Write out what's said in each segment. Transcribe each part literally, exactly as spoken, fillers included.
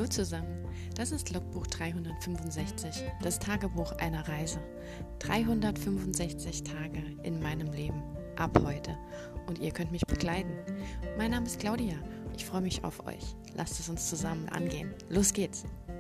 Hallo zusammen, das ist Logbuch dreihundertfünfundsechzig, das Tagebuch einer Reise. dreihundertfünfundsechzig Tage in meinem Leben, ab heute. Und ihr könnt mich begleiten. Mein Name ist Claudia, ich freue mich auf euch. Lasst es uns zusammen angehen. Los geht's!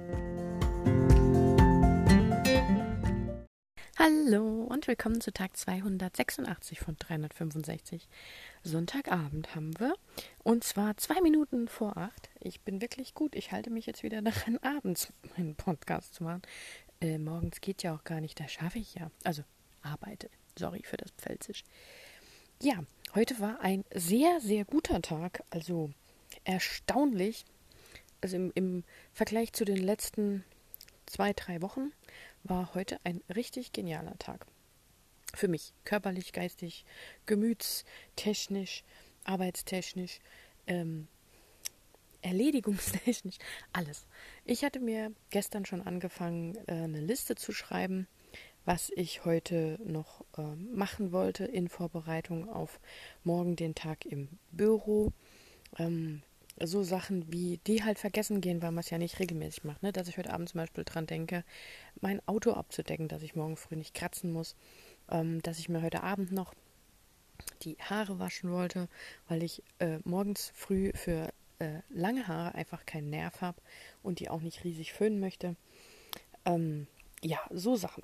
Hallo und willkommen zu Tag zweihundertsechsundachtzig von dreihundertfünfundsechzig. Sonntagabend haben wir und zwar zwei Minuten vor acht. Ich bin wirklich gut, ich halte mich jetzt wieder daran, abends meinen Podcast zu machen. Äh, morgens geht ja auch gar nicht, da schaffe ich ja, also arbeite, sorry für das Pfälzisch. Ja, heute war ein sehr, sehr guter Tag, also erstaunlich, also im, im Vergleich zu den letzten zwei, drei Wochen war heute ein richtig genialer Tag. Für mich, körperlich, geistig, gemütstechnisch, arbeitstechnisch, ähm, erledigungstechnisch, alles. Ich hatte mir gestern schon angefangen, äh, eine Liste zu schreiben, was ich heute noch äh, machen wollte in Vorbereitung auf morgen den Tag im Büro. Ähm, so Sachen wie, die halt vergessen gehen, weil man es ja nicht regelmäßig macht, ne? Dass ich heute Abend zum Beispiel dran denke, mein Auto abzudecken, dass ich morgen früh nicht kratzen muss, ähm, dass ich mir heute Abend noch die Haare waschen wollte, weil ich äh, morgens früh für äh, lange Haare einfach keinen Nerv habe und die auch nicht riesig föhnen möchte. Ähm, ja, so Sachen.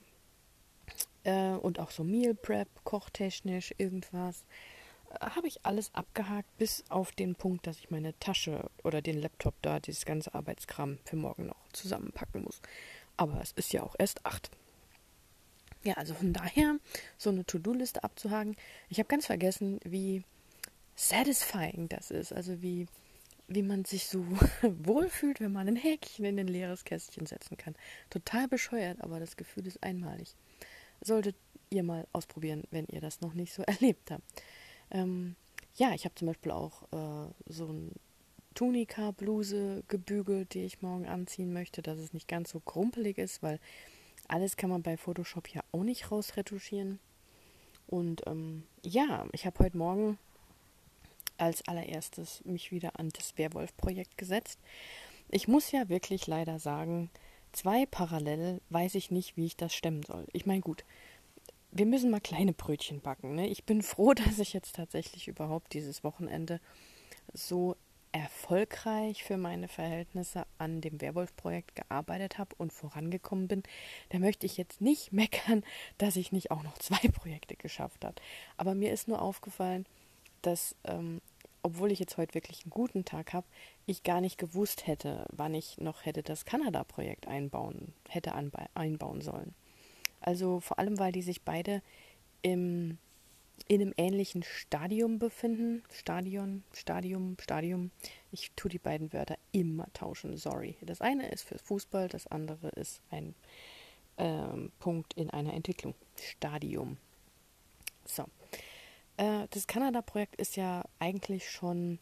Äh, und auch so Meal Prep, kochtechnisch, irgendwas. Habe ich alles abgehakt, bis auf den Punkt, dass ich meine Tasche oder den Laptop da, dieses ganze Arbeitskram für morgen noch zusammenpacken muss. Aber es ist ja auch erst acht. Ja, also von daher, so eine To-Do-Liste abzuhaken. Ich habe ganz vergessen, wie satisfying das ist. Also wie, wie man sich so wohlfühlt, wenn man ein Häkchen in ein leeres Kästchen setzen kann. Total bescheuert, aber das Gefühl ist einmalig. Solltet ihr mal ausprobieren, wenn ihr das noch nicht so erlebt habt. Ähm, ja, ich habe zum Beispiel auch äh, so ein Tunika-Bluse gebügelt, die ich morgen anziehen möchte, dass es nicht ganz so krumpelig ist, weil alles kann man bei Photoshop ja auch nicht rausretuschieren. Und ähm, ja, ich habe heute Morgen als allererstes mich wieder an das Werwolf-Projekt gesetzt. Ich muss ja wirklich leider sagen, zwei parallel weiß ich nicht, wie ich das stemmen soll. Ich meine, gut, wir müssen mal kleine Brötchen backen, ne? Ich bin froh, dass ich jetzt tatsächlich überhaupt dieses Wochenende so erfolgreich für meine Verhältnisse an dem Werwolf-Projekt gearbeitet habe und vorangekommen bin. Da möchte ich jetzt nicht meckern, dass ich nicht auch noch zwei Projekte geschafft habe. Aber mir ist nur aufgefallen, dass, ähm, obwohl ich jetzt heute wirklich einen guten Tag habe, ich gar nicht gewusst hätte, wann ich noch hätte das Kanada-Projekt einbauen, hätte anba- einbauen sollen. Also vor allem, weil die sich beide im in einem ähnlichen Stadium befinden. Stadion, Stadium, Stadium. Ich tue die beiden Wörter immer tauschen, sorry. Das eine ist für Fußball, das andere ist ein ähm, Punkt in einer Entwicklung. Stadium. So. Äh, das Kanada-Projekt ist ja eigentlich schon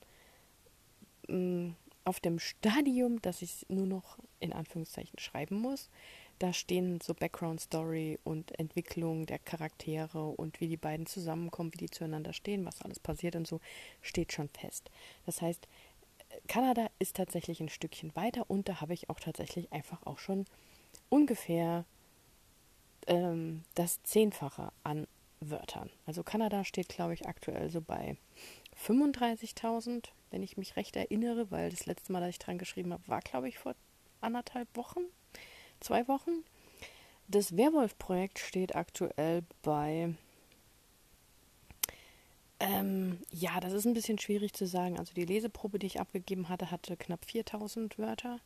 mh, auf dem Stadium, dass ich es nur noch in Anführungszeichen schreiben muss. Da stehen so Background-Story und Entwicklung der Charaktere und wie die beiden zusammenkommen, wie die zueinander stehen, was alles passiert und so, steht schon fest. Das heißt, Kanada ist tatsächlich ein Stückchen weiter und da habe ich auch tatsächlich einfach auch schon ungefähr ähm, das Zehnfache an Wörtern. Also Kanada steht, glaube ich, aktuell so bei fünfunddreißigtausend, wenn ich mich recht erinnere, weil das letzte Mal, dass ich dran geschrieben habe, war, glaube ich, vor anderthalb Wochen. Zwei Wochen. Das Werwolf-Projekt steht aktuell bei, ähm, ja, das ist ein bisschen schwierig zu sagen. Also die Leseprobe, die ich abgegeben hatte, hatte knapp viertausend Wörter.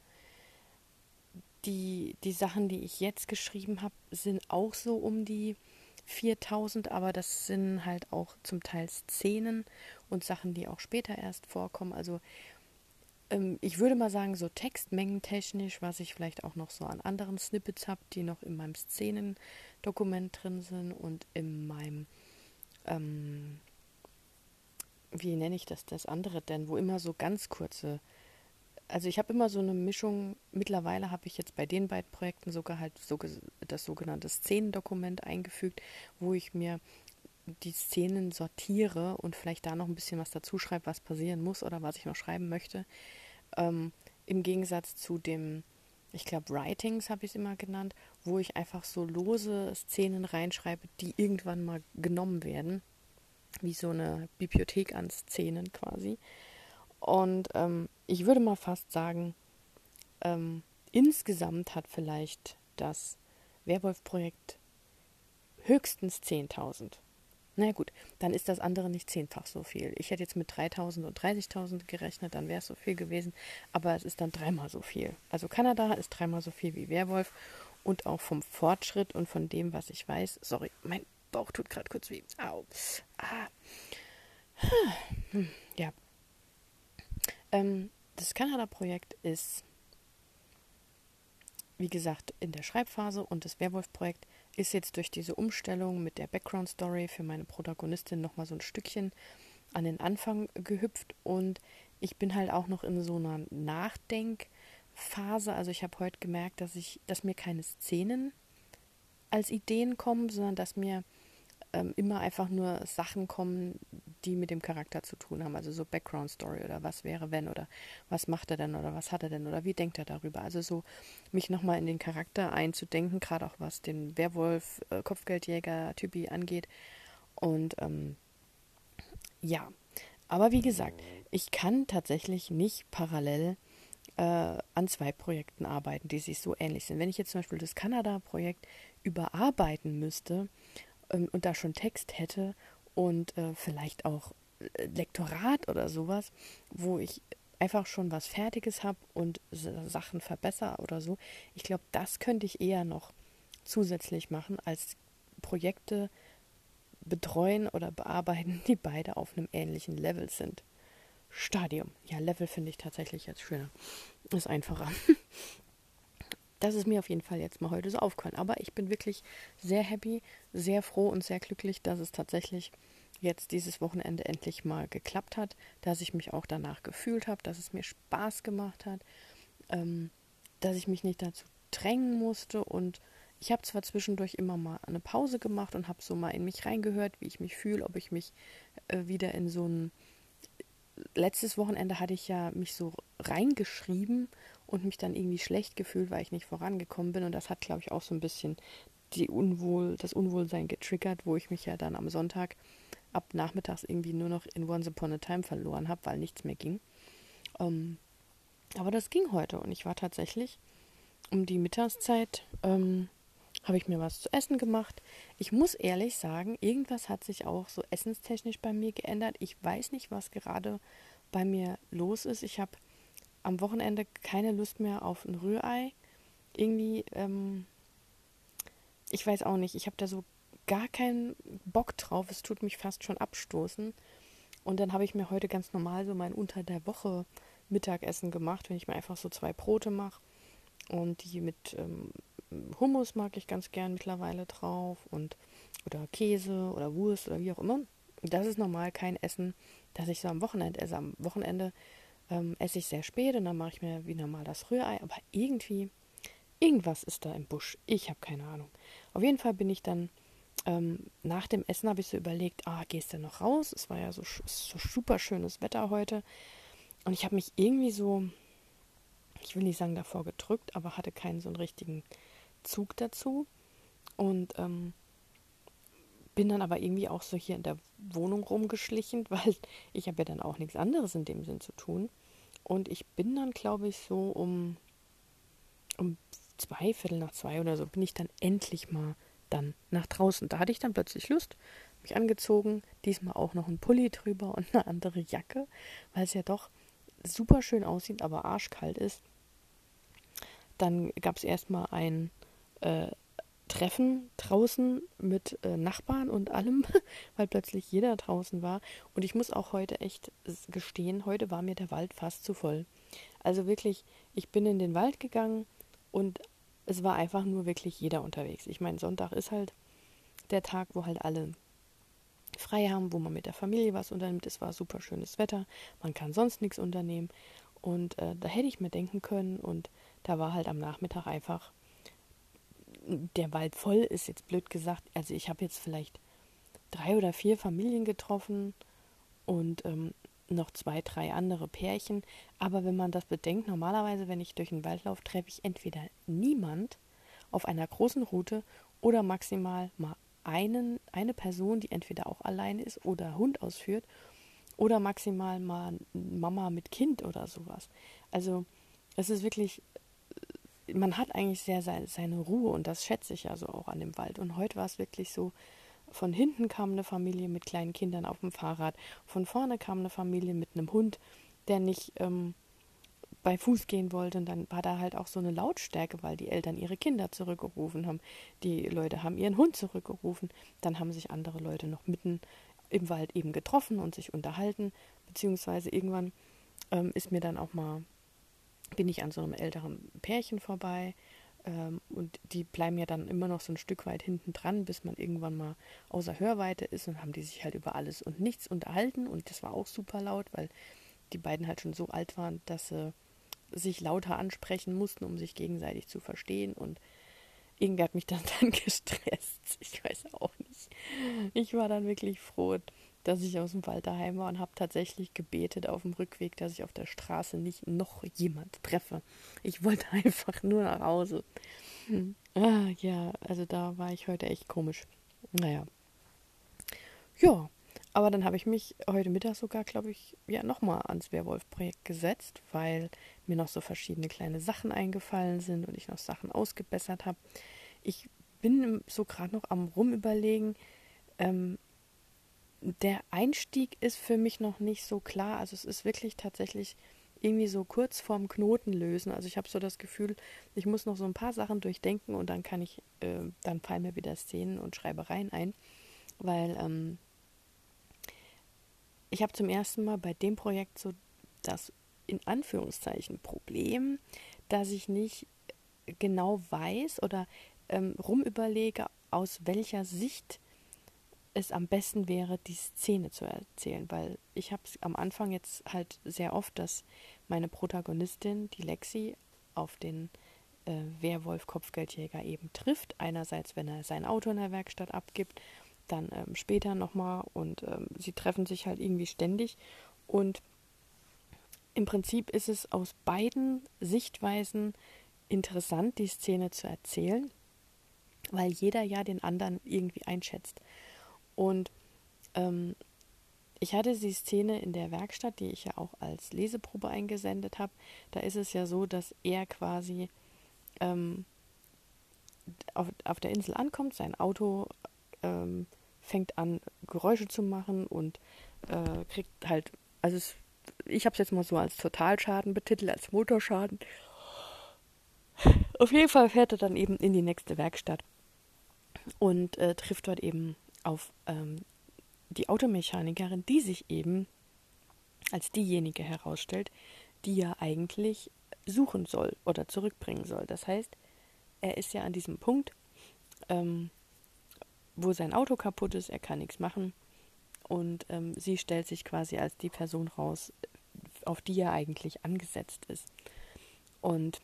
Die, die Sachen, die ich jetzt geschrieben habe, sind auch so um die viertausend, aber das sind halt auch zum Teil Szenen und Sachen, die auch später erst vorkommen. Also ich würde mal sagen, so textmengentechnisch, was ich vielleicht auch noch so an anderen Snippets habe, die noch in meinem Szenendokument drin sind und in meinem, ähm, wie nenne ich das, das andere denn, wo immer so ganz kurze, also ich habe immer so eine Mischung, mittlerweile habe ich jetzt bei den beiden Projekten sogar halt so, das sogenannte Szenendokument eingefügt, wo ich mir die Szenen sortiere und vielleicht da noch ein bisschen was dazu schreibe, was passieren muss oder was ich noch schreiben möchte. Ähm, im Gegensatz zu dem, ich glaube, Writings habe ich es immer genannt, wo ich einfach so lose Szenen reinschreibe, die irgendwann mal genommen werden, wie so eine Bibliothek an Szenen quasi. Und ähm, ich würde mal fast sagen, ähm, insgesamt hat vielleicht das Werwolf-Projekt höchstens zehntausend. Na gut, dann ist das andere nicht zehnfach so viel. Ich hätte jetzt mit dreitausend und dreißigtausend gerechnet, dann wäre es so viel gewesen, aber es ist dann dreimal so viel. Also Kanada ist dreimal so viel wie Werwolf und auch vom Fortschritt und von dem, was ich weiß. Sorry, mein Bauch tut gerade kurz weh. Au. Ah. Hm, ja. Ähm, das Kanada-Projekt ist, wie gesagt, in der Schreibphase und das Werwolf-Projekt ist jetzt durch diese Umstellung mit der Background-Story für meine Protagonistin nochmal so ein Stückchen an den Anfang gehüpft und ich bin halt auch noch in so einer Nachdenkphase. Also ich habe heute gemerkt, dass ich, dass mir keine Szenen als Ideen kommen, sondern dass mir ähm, immer einfach nur Sachen kommen, die mit dem Charakter zu tun haben. Also so Background Story oder was wäre wenn oder was macht er denn oder was hat er denn oder wie denkt er darüber. Also so mich nochmal in den Charakter einzudenken, gerade auch was den Werwolf, äh, Kopfgeldjäger, Typi angeht. Und ähm, ja, aber wie gesagt, ich kann tatsächlich nicht parallel äh, an zwei Projekten arbeiten, die sich so ähnlich sind. Wenn ich jetzt zum Beispiel das Kanada-Projekt überarbeiten müsste ähm, und da schon Text hätte und äh, vielleicht auch äh, Lektorat oder sowas, wo ich einfach schon was Fertiges habe und S- Sachen verbessere oder so, ich glaube, das könnte ich eher noch zusätzlich machen, als Projekte betreuen oder bearbeiten, die beide auf einem ähnlichen Level sind. Stadium. Ja, Level finde ich tatsächlich jetzt schöner. Ist einfacher. Das ist mir auf jeden Fall jetzt mal heute so aufgefallen. Aber ich bin wirklich sehr happy, sehr froh und sehr glücklich, dass es tatsächlich jetzt dieses Wochenende endlich mal geklappt hat, dass ich mich auch danach gefühlt habe, dass es mir Spaß gemacht hat, ähm, dass ich mich nicht dazu drängen musste und ich habe zwar zwischendurch immer mal eine Pause gemacht und habe so mal in mich reingehört, wie ich mich fühle, ob ich mich äh, wieder in so ein letztes Wochenende hatte ich ja mich so reingeschrieben und mich dann irgendwie schlecht gefühlt, weil ich nicht vorangekommen bin. Und das hat, glaube ich, auch so ein bisschen die Unwohl, das Unwohlsein getriggert, wo ich mich ja dann am Sonntag ab nachmittags irgendwie nur noch in Once Upon a Time verloren habe, weil nichts mehr ging. Ähm, aber das ging heute und ich war tatsächlich um die Mittagszeit, ähm, habe ich mir was zu essen gemacht. Ich muss ehrlich sagen, irgendwas hat sich auch so essenstechnisch bei mir geändert. Ich weiß nicht, was gerade bei mir los ist. Ich habe am Wochenende keine Lust mehr auf ein Rührei. Irgendwie, ähm, ich weiß auch nicht, ich habe da so gar keinen Bock drauf. Es tut mich fast schon abstoßen. Und dann habe ich mir heute ganz normal so mein Unter der Woche Mittagessen gemacht, wenn ich mir einfach so zwei Brote mache und die mit ähm, Hummus mag ich ganz gern mittlerweile drauf und oder Käse oder Wurst oder wie auch immer. Das ist normal kein Essen, das ich so am Wochenende esse. Am Wochenende ähm, esse ich sehr spät und dann mache ich mir wie normal das Rührei. Aber irgendwie, irgendwas ist da im Busch. Ich habe keine Ahnung. Auf jeden Fall bin ich dann ähm, nach dem Essen habe ich so überlegt, ah, gehst du noch raus? Es war ja so, so super schönes Wetter heute. Und ich habe mich irgendwie so, ich will nicht sagen davor gedrückt, aber hatte keinen so einen richtigen Zug dazu. Und ähm, bin dann aber irgendwie auch so hier in der Wohnung rumgeschlichen, weil ich habe ja dann auch nichts anderes in dem Sinn zu tun. Und ich bin dann, glaube ich, so um, um zwei, Viertel nach zwei oder so, bin ich dann endlich mal dann nach draußen. Da hatte ich dann plötzlich Lust, mich angezogen, diesmal auch noch ein Pulli drüber und eine andere Jacke, weil es ja doch super schön aussieht, aber arschkalt ist. Dann gab es erstmal ein äh, Treffen draußen mit äh, Nachbarn und allem, weil plötzlich jeder draußen war. Und ich muss auch heute echt gestehen, heute war mir der Wald fast zu voll. Also wirklich, ich bin in den Wald gegangen und es war einfach nur wirklich jeder unterwegs. Ich meine, Sonntag ist halt der Tag, wo halt alle frei haben, wo man mit der Familie was unternimmt. Es war super schönes Wetter, man kann sonst nichts unternehmen. Und äh, da hätte ich mir denken können und da war halt am Nachmittag einfach der Wald voll, ist jetzt blöd gesagt. Also ich habe jetzt vielleicht drei oder vier Familien getroffen und ähm, noch zwei, drei andere Pärchen. Aber wenn man das bedenkt, normalerweise, wenn ich durch den Wald laufe, treffe ich entweder niemand auf einer großen Route oder maximal mal einen, eine Person, die entweder auch alleine ist oder Hund ausführt oder maximal mal Mama mit Kind oder sowas. Also es ist wirklich, man hat eigentlich sehr seine, seine Ruhe und das schätze ich ja so auch an dem Wald. Und heute war es wirklich so, von hinten kam eine Familie mit kleinen Kindern auf dem Fahrrad, von vorne kam eine Familie mit einem Hund, der nicht ähm, bei Fuß gehen wollte. Und dann war da halt auch so eine Lautstärke, weil die Eltern ihre Kinder zurückgerufen haben. Die Leute haben ihren Hund zurückgerufen. Dann haben sich andere Leute noch mitten im Wald eben getroffen und sich unterhalten. Beziehungsweise irgendwann ähm, ist mir dann auch mal, bin ich an so einem älteren Pärchen vorbei. Ähm, und die bleiben ja dann immer noch so ein Stück weit hinten dran, bis man irgendwann mal außer Hörweite ist, und haben die sich halt über alles und nichts unterhalten. Und das war auch super laut, weil die beiden halt schon so alt waren, dass sie sich lauter ansprechen mussten, um sich gegenseitig zu verstehen. Und irgendwie hat mich das dann gestresst. Ich weiß auch nicht. Ich war dann wirklich froh, dass ich aus dem Wald daheim war und habe tatsächlich gebetet auf dem Rückweg, dass ich auf der Straße nicht noch jemand treffe. Ich wollte einfach nur nach Hause. Hm. Ah, ja, also da war ich heute echt komisch. Naja. Ja, aber dann habe ich mich heute Mittag sogar, glaube ich, ja nochmal ans Werwolf-Projekt gesetzt, weil mir noch so verschiedene kleine Sachen eingefallen sind und ich noch Sachen ausgebessert habe. Ich bin so gerade noch am Rumüberlegen. Ähm, der Einstieg ist für mich noch nicht so klar. Also es ist wirklich tatsächlich irgendwie so kurz vorm Knoten lösen. Also ich habe so das Gefühl, ich muss noch so ein paar Sachen durchdenken und dann kann ich, äh, dann fallen mir wieder Szenen und Schreibereien ein, weil ähm, ich habe zum ersten Mal bei dem Projekt so das in Anführungszeichen Problem, dass ich nicht genau weiß oder ähm, rumüberlege, aus welcher Sicht es am besten wäre, die Szene zu erzählen, weil ich habe es am Anfang jetzt halt sehr oft, dass meine Protagonistin, die Lexi, auf den äh, Werwolf-Kopfgeldjäger eben trifft. Einerseits, wenn er sein Auto in der Werkstatt abgibt, dann ähm, später nochmal und ähm, sie treffen sich halt irgendwie ständig und im Prinzip ist es aus beiden Sichtweisen interessant, die Szene zu erzählen, weil jeder ja den anderen irgendwie einschätzt. Und ähm, ich hatte die Szene in der Werkstatt, die ich ja auch als Leseprobe eingesendet habe. Da ist es ja so, dass er quasi ähm, auf, auf der Insel ankommt, sein Auto ähm, fängt an, Geräusche zu machen und äh, kriegt halt, also es, ich habe es jetzt mal so als Totalschaden betitelt, als Motorschaden. Auf jeden Fall fährt er dann eben in die nächste Werkstatt und äh, trifft dort eben auf ähm, die Automechanikerin, die sich eben als diejenige herausstellt, die er eigentlich suchen soll oder zurückbringen soll. Das heißt, er ist ja an diesem Punkt, ähm, wo sein Auto kaputt ist, er kann nichts machen und ähm, sie stellt sich quasi als die Person raus, auf die er eigentlich angesetzt ist. Und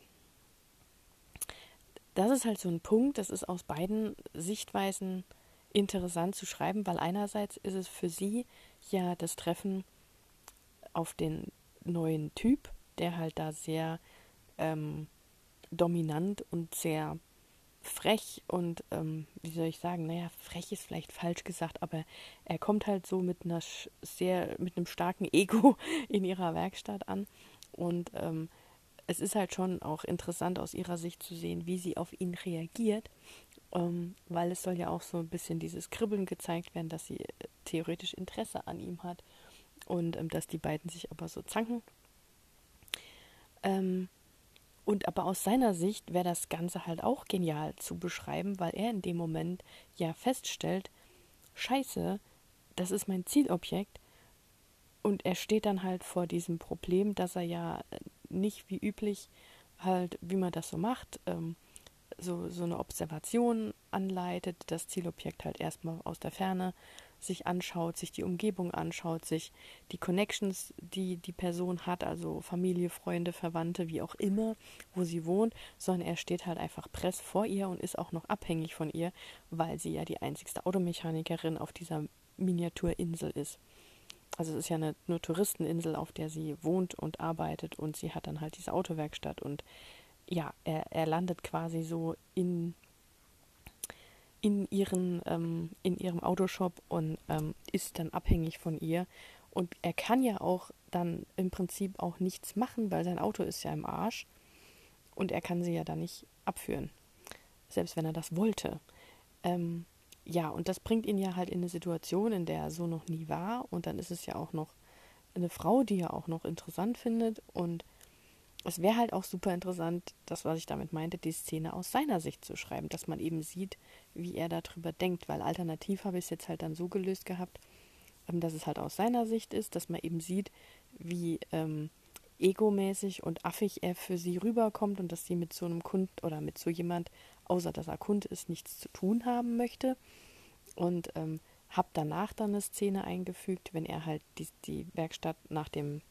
das ist halt so ein Punkt, das ist aus beiden Sichtweisen interessant zu schreiben, weil einerseits ist es für sie ja das Treffen auf den neuen Typ, der halt da sehr ähm, dominant und sehr frech und, ähm, wie soll ich sagen, naja, frech ist vielleicht falsch gesagt, aber er kommt halt so mit einer sehr, mit einem starken Ego in ihrer Werkstatt an und ähm, es ist halt schon auch interessant aus ihrer Sicht zu sehen, wie sie auf ihn reagiert, ähm, weil es soll ja auch so ein bisschen dieses Kribbeln gezeigt werden, dass sie äh, theoretisch Interesse an ihm hat und ähm, dass die beiden sich aber so zanken. Ähm, und aber aus seiner Sicht wäre das Ganze halt auch genial zu beschreiben, weil er in dem Moment ja feststellt, Scheiße, das ist mein Zielobjekt und er steht dann halt vor diesem Problem, dass er ja nicht wie üblich halt, wie man das so macht, ähm, so, so eine Observation anleitet, das Zielobjekt halt erstmal aus der Ferne sich anschaut, sich die Umgebung anschaut, sich die Connections, die die Person hat, also Familie, Freunde, Verwandte, wie auch immer, wo sie wohnt, sondern er steht halt einfach press vor ihr und ist auch noch abhängig von ihr, weil sie ja die einzigste Automechanikerin auf dieser Miniaturinsel ist. also es ist ja eine, eine Touristeninsel, auf der sie wohnt und arbeitet und sie hat dann halt diese Autowerkstatt und ja, er, er landet quasi so in, in, ihren, ähm, in ihrem Autoshop und ähm, ist dann abhängig von ihr. Und er kann ja auch dann im Prinzip auch nichts machen, weil sein Auto ist ja im Arsch und er kann sie ja dann nicht abführen, selbst wenn er das wollte. Ähm, ja, und das bringt ihn ja halt in eine Situation, in der er so noch nie war. Und dann ist es ja auch noch eine Frau, die er auch noch interessant findet. Und es wäre halt auch super interessant, das, was ich damit meinte, die Szene aus seiner Sicht zu schreiben, dass man eben sieht, wie er darüber denkt. Weil alternativ habe ich es jetzt halt dann so gelöst gehabt, ähm, dass es halt aus seiner Sicht ist, dass man eben sieht, wie ähm, egomäßig und affig er für sie rüberkommt und dass sie mit so einem Kund oder mit so jemand, außer dass er Kund ist, nichts zu tun haben möchte. Und ähm, habe danach dann eine Szene eingefügt, wenn er halt die, die Werkstatt nach dem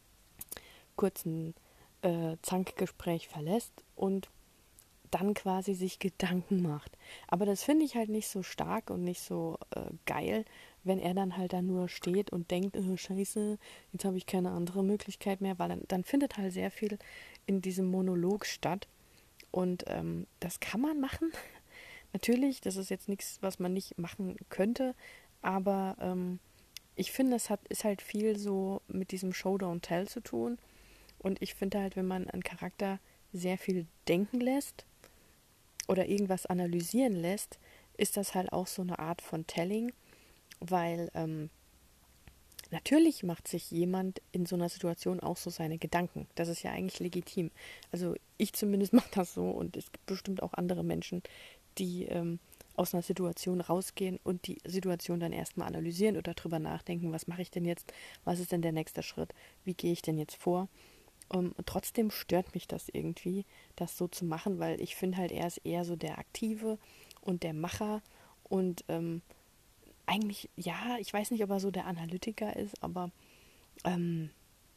kurzen äh, Zankgespräch verlässt und dann quasi sich Gedanken macht. Aber das finde ich halt nicht so stark und nicht so äh, geil, wenn er dann halt da nur steht und denkt, oh, scheiße, jetzt habe ich keine andere Möglichkeit mehr, weil dann, dann findet halt sehr viel in diesem Monolog statt. Und ähm, das kann man machen. Natürlich, das ist jetzt nichts, was man nicht machen könnte, aber ähm, ich finde, es hat, ist halt viel so mit diesem Show Don't Tell zu tun. Und ich finde halt, wenn man einen Charakter sehr viel denken lässt oder irgendwas analysieren lässt, ist das halt auch so eine Art von Telling, weil ähm, natürlich macht sich jemand in so einer Situation auch so seine Gedanken. Das ist ja eigentlich legitim. Also ich zumindest mache das so und es gibt bestimmt auch andere Menschen, die ähm, aus einer Situation rausgehen und die Situation dann erstmal analysieren oder drüber nachdenken, was mache ich denn jetzt, was ist denn der nächste Schritt, wie gehe ich denn jetzt vor. Um, und trotzdem stört mich das irgendwie, das so zu machen, weil ich finde halt, er ist eher so der Aktive und der Macher und ähm, eigentlich, ja, ich weiß nicht, ob er so der Analytiker ist, aber ähm,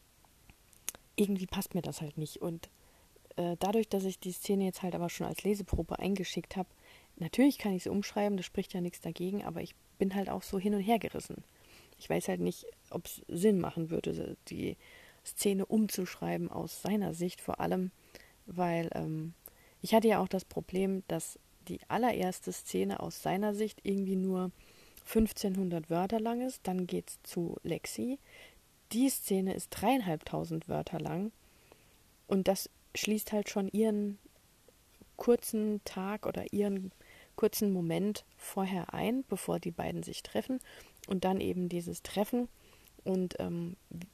irgendwie passt mir das halt nicht. Und äh, dadurch, dass ich die Szene jetzt halt aber schon als Leseprobe eingeschickt habe, natürlich kann ich sie umschreiben, das spricht ja nichts dagegen, aber ich bin halt auch so hin und her gerissen. Ich weiß halt nicht, ob es Sinn machen würde, die Szene umzuschreiben aus seiner Sicht, vor allem, weil ähm, ich hatte ja auch das Problem, dass die allererste Szene aus seiner Sicht irgendwie nur fünfzehnhundert Wörter lang ist, dann geht's zu Lexi. Die Szene ist dreieinhalbtausend Wörter lang und das schließt halt schon ihren kurzen Tag oder ihren kurzen Moment vorher ein, bevor die beiden sich treffen und dann eben dieses Treffen und ähm,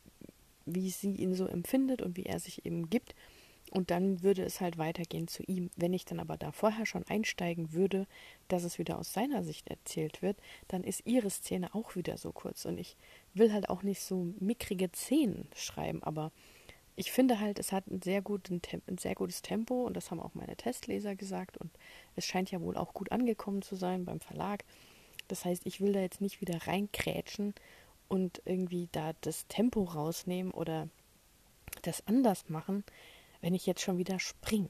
wie sie ihn so empfindet und wie er sich eben gibt. Und dann würde es halt weitergehen zu ihm. Wenn ich dann aber da vorher schon einsteigen würde, dass es wieder aus seiner Sicht erzählt wird, dann ist ihre Szene auch wieder so kurz. Und ich will halt auch nicht so mickrige Szenen schreiben, aber ich finde halt, es hat ein sehr, guten, ein sehr gutes Tempo und das haben auch meine Testleser gesagt und es scheint ja wohl auch gut angekommen zu sein beim Verlag. Das heißt, ich will da jetzt nicht wieder reinkrätschen und irgendwie da das Tempo rausnehmen oder das anders machen, wenn ich jetzt schon wieder springe.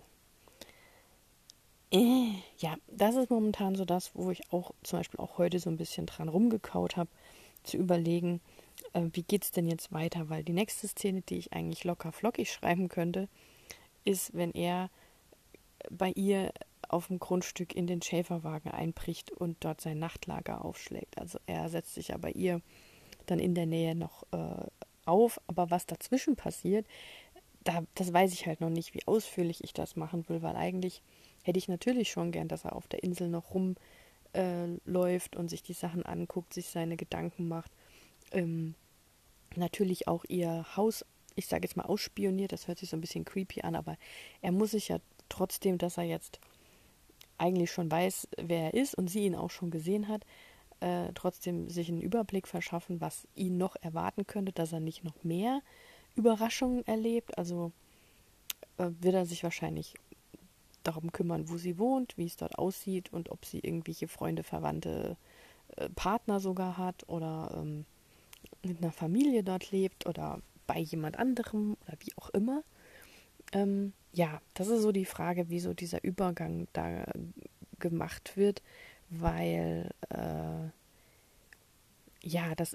Äh, ja, das ist momentan so das, wo ich auch zum Beispiel auch heute so ein bisschen dran rumgekaut habe, zu überlegen, äh, wie geht's denn jetzt weiter, weil die nächste Szene, die ich eigentlich locker flockig schreiben könnte, ist, wenn er bei ihr auf dem Grundstück in den Schäferwagen einbricht und dort sein Nachtlager aufschlägt. Also er setzt sich ja bei ihr dann in der Nähe noch äh, auf, aber was dazwischen passiert, da, das weiß ich halt noch nicht, wie ausführlich ich das machen will, weil eigentlich hätte ich natürlich schon gern, dass er auf der Insel noch rumläuft äh, und sich die Sachen anguckt, sich seine Gedanken macht. Ähm, natürlich auch ihr Haus, ich sage jetzt mal ausspioniert, das hört sich so ein bisschen creepy an, aber er muss sich ja trotzdem, dass er jetzt eigentlich schon weiß, wer er ist und sie ihn auch schon gesehen hat, äh, trotzdem sich einen Überblick verschaffen, was ihn noch erwarten könnte, dass er nicht noch mehr Überraschungen erlebt. Also äh, wird er sich wahrscheinlich darum kümmern, wo sie wohnt, wie es dort aussieht und ob sie irgendwelche Freunde, Verwandte, äh, Partner sogar hat oder ähm, mit einer Familie dort lebt oder bei jemand anderem oder wie auch immer. Ähm, ja, das ist so die Frage, wieso dieser Übergang da gemacht wird, weil äh, ja, das ist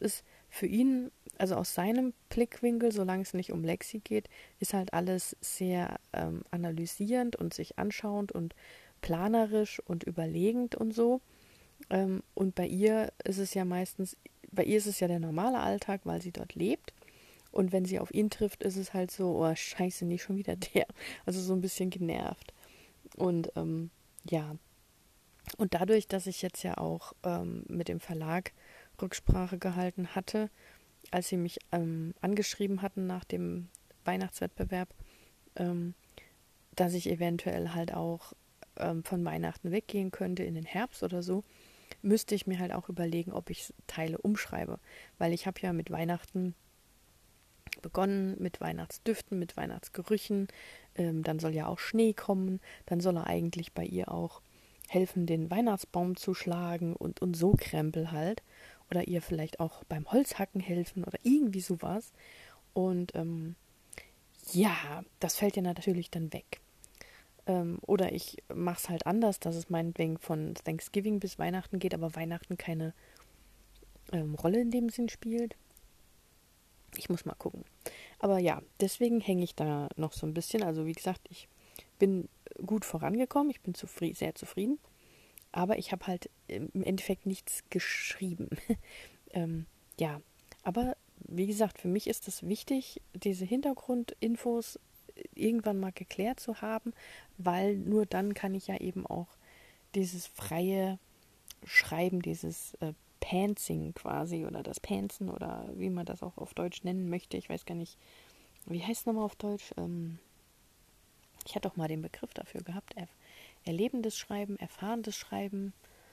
für ihn, also aus seinem Blickwinkel, solange es nicht um Lexi geht, ist halt alles sehr ähm, analysierend und sich anschauend und planerisch und überlegend und so. Ähm, und bei ihr ist es ja meistens, bei ihr ist es ja der normale Alltag, weil sie dort lebt. Und wenn sie auf ihn trifft, ist es halt so, oh scheiße, nicht schon wieder der. Also so ein bisschen genervt. Und ähm, ja, und dadurch, dass ich jetzt ja auch ähm, mit dem Verlag Rücksprache gehalten hatte, als sie mich ähm, angeschrieben hatten nach dem Weihnachtswettbewerb, ähm, dass ich eventuell halt auch ähm, von Weihnachten weggehen könnte in den Herbst oder so, müsste ich mir halt auch überlegen, ob ich Teile umschreibe. Weil ich habe ja mit Weihnachten begonnen, mit Weihnachtsdüften, mit Weihnachtsgerüchen. Ähm, dann soll ja auch Schnee kommen. Dann soll er eigentlich bei ihr auch helfen, den Weihnachtsbaum zu schlagen und, und so Krempel halt. Oder ihr vielleicht auch beim Holzhacken helfen oder irgendwie sowas. Und ähm, ja, das fällt ja natürlich dann weg. Ähm, oder ich mache es halt anders, dass es meinetwegen von Thanksgiving bis Weihnachten geht, aber Weihnachten keine ähm, Rolle in dem Sinn spielt. Ich muss mal gucken. Aber ja, deswegen hänge ich da noch so ein bisschen. Also wie gesagt, ich bin gut vorangekommen, ich bin zufrieden, sehr zufrieden. Aber ich habe halt im Endeffekt nichts geschrieben. ähm, ja, aber wie gesagt, für mich ist es wichtig, diese Hintergrundinfos irgendwann mal geklärt zu haben, weil nur dann kann ich ja eben auch dieses freie Schreiben, dieses äh, Pantsing quasi oder das Pantsen oder wie man das auch auf Deutsch nennen möchte. Ich weiß gar nicht, wie heißt es nochmal auf Deutsch? Ähm, ich hatte auch mal den Begriff dafür gehabt. Er, erlebendes Schreiben, erfahrenes Schreiben,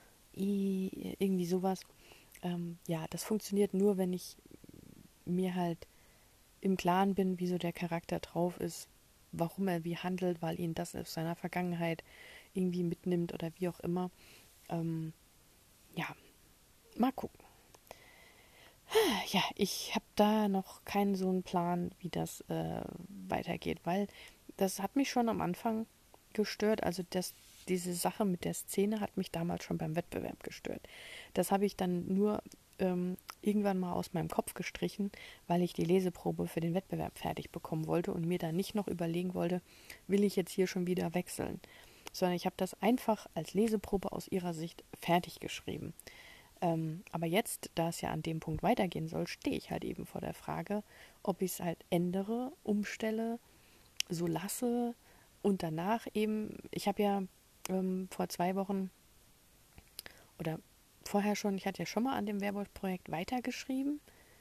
i, irgendwie sowas. Ähm, ja, das funktioniert nur, wenn ich mir halt im Klaren bin, wie so der Charakter drauf ist, warum er wie handelt, weil ihn das aus seiner Vergangenheit irgendwie mitnimmt oder wie auch immer. Ähm, ja, mal gucken. Ja, ich habe da noch keinen so einen Plan, wie das äh, weitergeht, weil das hat mich schon am Anfang gestört. Also das, diese Sache mit der Szene hat mich damals schon beim Wettbewerb gestört. Das habe ich dann nur ähm, irgendwann mal aus meinem Kopf gestrichen, weil ich die Leseprobe für den Wettbewerb fertig bekommen wollte und mir dann nicht noch überlegen wollte, will ich jetzt hier schon wieder wechseln, sondern ich habe das einfach als Leseprobe aus ihrer Sicht fertig geschrieben. Ähm, aber jetzt, da es ja an dem Punkt weitergehen soll, stehe ich halt eben vor der Frage, ob ich es halt ändere, umstelle, so lasse und danach eben, ich habe ja ähm, vor zwei Wochen oder vorher schon, ich hatte ja schon mal an dem Werwolf-Projekt weitergeschrieben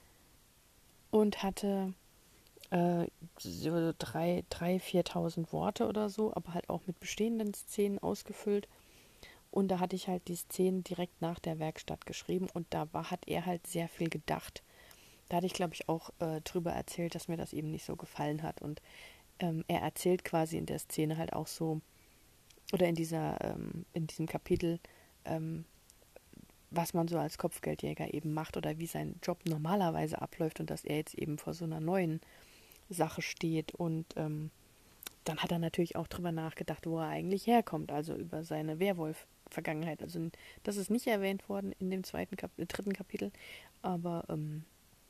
und hatte äh, so drei, drei, viertausend Worte oder so, aber halt auch mit bestehenden Szenen ausgefüllt. Und da hatte ich halt die Szenen direkt nach der Werkstatt geschrieben und da war, hat er halt sehr viel gedacht. Da hatte ich, glaube ich, auch äh, drüber erzählt, dass mir das eben nicht so gefallen hat. Und ähm, er erzählt quasi in der Szene halt auch so, oder in dieser, ähm, in diesem Kapitel, ähm, was man so als Kopfgeldjäger eben macht oder wie sein Job normalerweise abläuft und dass er jetzt eben vor so einer neuen Sache steht. Und ähm, dann hat er natürlich auch drüber nachgedacht, wo er eigentlich herkommt, also über seine Werwolf-Vergangenheit. Also das ist nicht erwähnt worden in dem zweiten Kap äh, dritten Kapitel, aber ähm,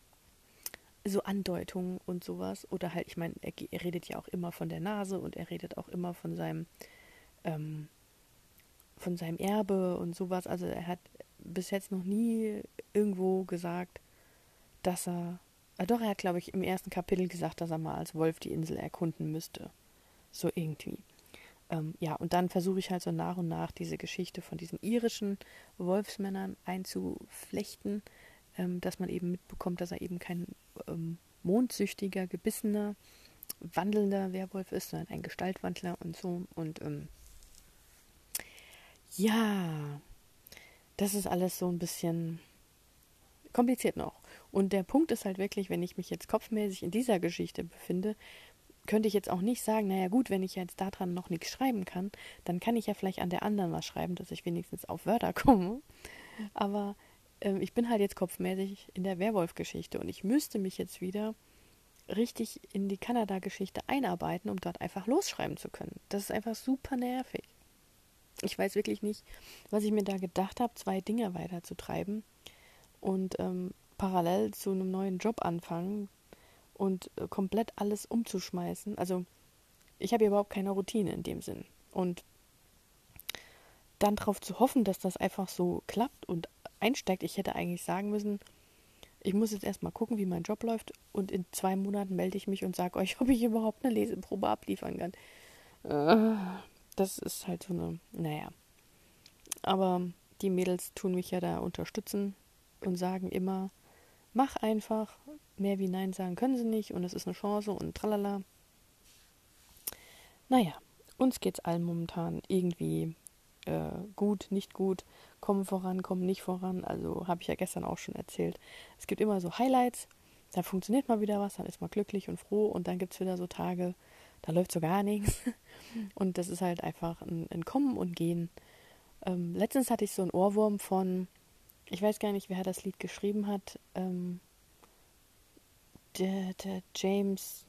so Andeutungen und sowas. Oder halt, ich meine, er, er redet ja auch immer von der Nase und er redet auch immer von seinem ähm, von seinem Erbe und sowas. Also er hat bis jetzt noch nie irgendwo gesagt, dass er. Äh, doch, er hat, glaube ich, im ersten Kapitel gesagt, dass er mal als Wolf die Insel erkunden müsste. So irgendwie. Ähm, ja, und dann versuche ich halt so nach und nach diese Geschichte von diesen irischen Wolfsmännern einzuflechten, ähm, dass man eben mitbekommt, dass er eben kein ähm, mondsüchtiger, gebissener, wandelnder Werwolf ist, sondern ein Gestaltwandler und so. Und ähm, ja, das ist alles so ein bisschen kompliziert noch. Und der Punkt ist halt wirklich, wenn ich mich jetzt kopfmäßig in dieser Geschichte befinde, könnte ich jetzt auch nicht sagen, naja gut, wenn ich jetzt daran noch nichts schreiben kann, dann kann ich ja vielleicht an der anderen was schreiben, dass ich wenigstens auf Wörter komme. Aber ähm, ich bin halt jetzt kopfmäßig in der Werwolf-Geschichte und ich müsste mich jetzt wieder richtig in die Kanada-Geschichte einarbeiten, um dort einfach losschreiben zu können. Das ist einfach super nervig. Ich weiß wirklich nicht, was ich mir da gedacht habe, zwei Dinge weiterzutreiben. Und ähm, parallel zu einem neuen Job anfangen und äh, komplett alles umzuschmeißen. Also ich habe überhaupt keine Routine in dem Sinn. Und dann darauf zu hoffen, dass das einfach so klappt und einsteigt. Ich hätte eigentlich sagen müssen, ich muss jetzt erstmal gucken, wie mein Job läuft und in zwei Monaten melde ich mich und sage euch, ob ich überhaupt eine Leseprobe abliefern kann. Äh, Das ist halt so eine, naja. Aber die Mädels tun mich ja da unterstützen und sagen immer, mach einfach, mehr wie Nein sagen können sie nicht und es ist eine Chance und tralala. Naja, uns geht's allen momentan irgendwie äh, gut, nicht gut, kommen voran, kommen nicht voran. Also habe ich ja gestern auch schon erzählt. Es gibt immer so Highlights, da funktioniert mal wieder was, dann ist man glücklich und froh und dann gibt es wieder so Tage, da läuft so gar nichts. Und das ist halt einfach ein, ein Kommen und Gehen. Ähm, letztens hatte ich so einen Ohrwurm von, ich weiß gar nicht, wer das Lied geschrieben hat, ähm, der, der James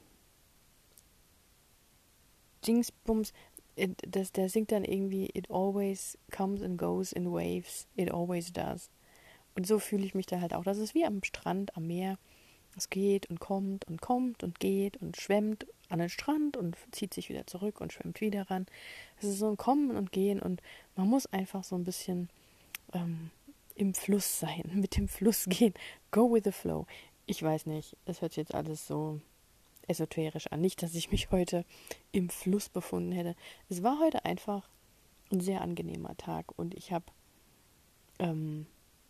Dingsbums, it, das, der singt dann irgendwie, it always comes and goes in waves, it always does. Und so fühle ich mich da halt auch. Das ist wie am Strand, am Meer. Es geht und kommt und kommt und geht und schwemmt an den Strand und zieht sich wieder zurück und schwemmt wieder ran. Es ist so ein Kommen und Gehen und man muss einfach so ein bisschen ähm, im Fluss sein, mit dem Fluss gehen. Go with the flow. Ich weiß nicht, es hört sich jetzt alles so esoterisch an. Nicht, dass ich mich heute im Fluss befunden hätte. Es war heute einfach ein sehr angenehmer Tag und ich habe ähm,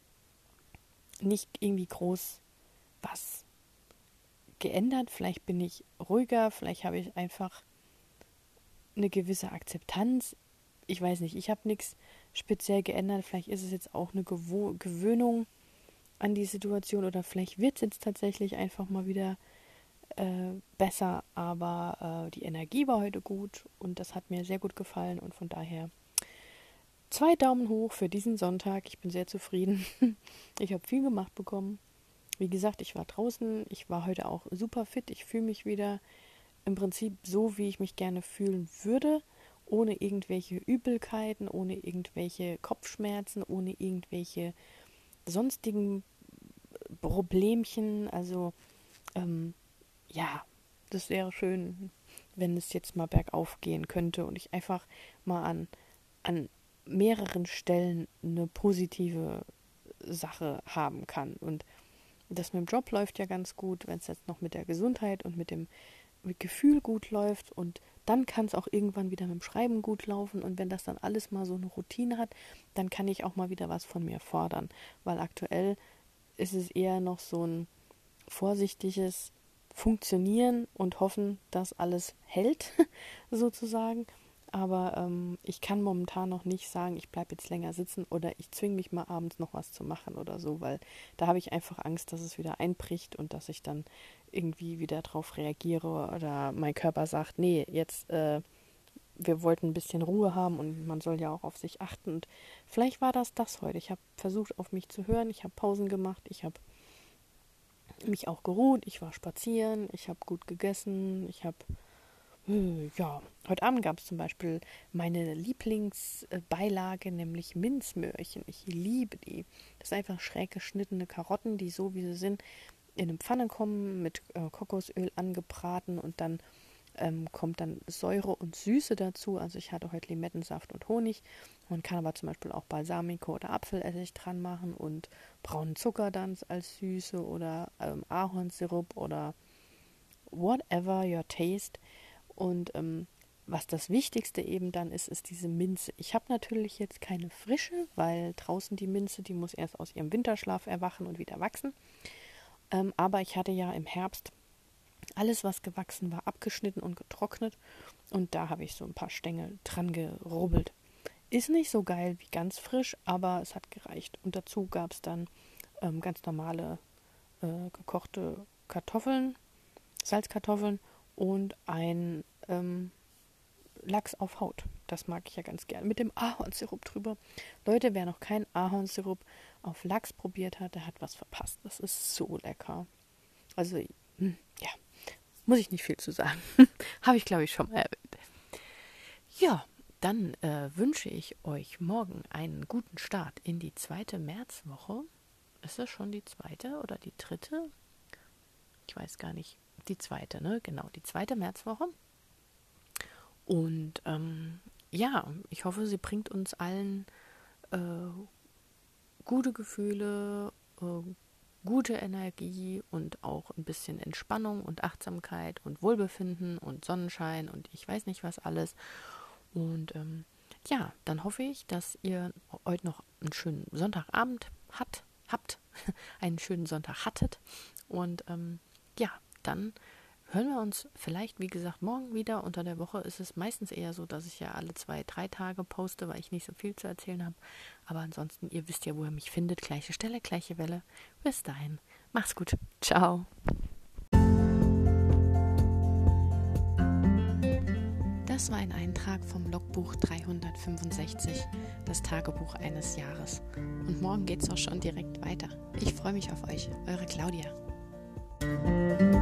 nicht irgendwie groß was geändert. Vielleicht bin ich ruhiger, vielleicht habe ich einfach eine gewisse Akzeptanz. Ich weiß nicht, ich habe nichts speziell geändert. Vielleicht ist es jetzt auch eine Gewo- Gewöhnung an die Situation oder vielleicht wird es jetzt tatsächlich einfach mal wieder äh, besser. Aber äh, die Energie war heute gut und das hat mir sehr gut gefallen und von daher zwei Daumen hoch für diesen Sonntag. Ich bin sehr zufrieden. Ich habe viel gemacht bekommen. Wie gesagt, ich war draußen. Ich war heute auch super fit. Ich fühle mich wieder im Prinzip so, wie ich mich gerne fühlen würde. Ohne irgendwelche Übelkeiten, ohne irgendwelche Kopfschmerzen, ohne irgendwelche sonstigen Problemchen. Also, ähm, ja, das wäre schön, wenn es jetzt mal bergauf gehen könnte und ich einfach mal an, an mehreren Stellen eine positive Sache haben kann. Und das mit dem Job läuft ja ganz gut, wenn es jetzt noch mit der Gesundheit und mit dem mit Gefühl gut läuft und dann kann es auch irgendwann wieder mit dem Schreiben gut laufen und wenn das dann alles mal so eine Routine hat, dann kann ich auch mal wieder was von mir fordern, weil aktuell ist es eher noch so ein vorsichtiges Funktionieren und hoffen, dass alles hält, sozusagen. Aber ähm, ich kann momentan noch nicht sagen, ich bleibe jetzt länger sitzen oder ich zwinge mich mal abends noch was zu machen oder so, weil da habe ich einfach Angst, dass es wieder einbricht und dass ich dann irgendwie wieder drauf reagiere oder mein Körper sagt, nee, jetzt, äh, wir wollten ein bisschen Ruhe haben und man soll ja auch auf sich achten. Und vielleicht war das das heute. Ich habe versucht, auf mich zu hören, ich habe Pausen gemacht, ich habe mich auch geruht, ich war spazieren, ich habe gut gegessen, ich habe, äh, ja, heute Abend gab es zum Beispiel meine Lieblingsbeilage, nämlich Minzmöhrchen. Ich liebe die. Das sind einfach schräg geschnittene Karotten, die so wie sie sind in eine Pfanne kommen, mit äh, Kokosöl angebraten und dann ähm, kommt dann Säure und Süße dazu. Also ich hatte heute Limettensaft und Honig. Man kann aber zum Beispiel auch Balsamico oder Apfelessig dran machen und braunen Zucker dann als Süße oder ähm, Ahornsirup oder whatever your taste. Und ähm, was das Wichtigste eben dann ist, ist diese Minze. Ich habe natürlich jetzt keine frische, weil draußen die Minze, die muss erst aus ihrem Winterschlaf erwachen und wieder wachsen. Ähm, aber ich hatte ja im Herbst alles, was gewachsen war, abgeschnitten und getrocknet. Und da habe ich so ein paar Stängel dran gerubbelt. Ist nicht so geil wie ganz frisch, aber es hat gereicht. Und dazu gab es dann ähm, ganz normale äh, gekochte Kartoffeln, Salzkartoffeln und ein ähm, Lachs auf Haut. Das mag ich ja ganz gerne. Mit dem Ahornsirup drüber. Leute, wer noch keinen Ahornsirup auf Lachs probiert hat, der hat was verpasst. Das ist so lecker. Also, hm, ja, muss ich nicht viel zu sagen. Habe ich, glaube ich, schon mal erwähnt. Ja, dann äh, wünsche ich euch morgen einen guten Start in die zweite Märzwoche. ist das schon die zweite oder die dritte? Ich weiß gar nicht. Die zweite, ne? Genau, die zweite Märzwoche. Und ähm, ja, ich hoffe, sie bringt uns allen äh, gute Gefühle, äh, gute Energie und auch ein bisschen Entspannung und Achtsamkeit und Wohlbefinden und Sonnenschein und ich weiß nicht was alles. Und ähm, ja, dann hoffe ich, dass ihr heute noch einen schönen Sonntagabend hat, habt, einen schönen Sonntag hattet. Und ähm, ja, dann hören wir uns vielleicht, wie gesagt, morgen wieder. Unter der Woche ist es meistens eher so, dass ich ja alle zwei, drei Tage poste, weil ich nicht so viel zu erzählen habe. Aber ansonsten, ihr wisst ja, wo ihr mich findet. Gleiche Stelle, gleiche Welle. Bis dahin. Mach's gut. Ciao. Das war ein Eintrag vom Logbuch dreihundertfünfundsechzig, das Tagebuch eines Jahres. Und morgen geht's auch schon direkt weiter. Ich freue mich auf euch, eure Claudia.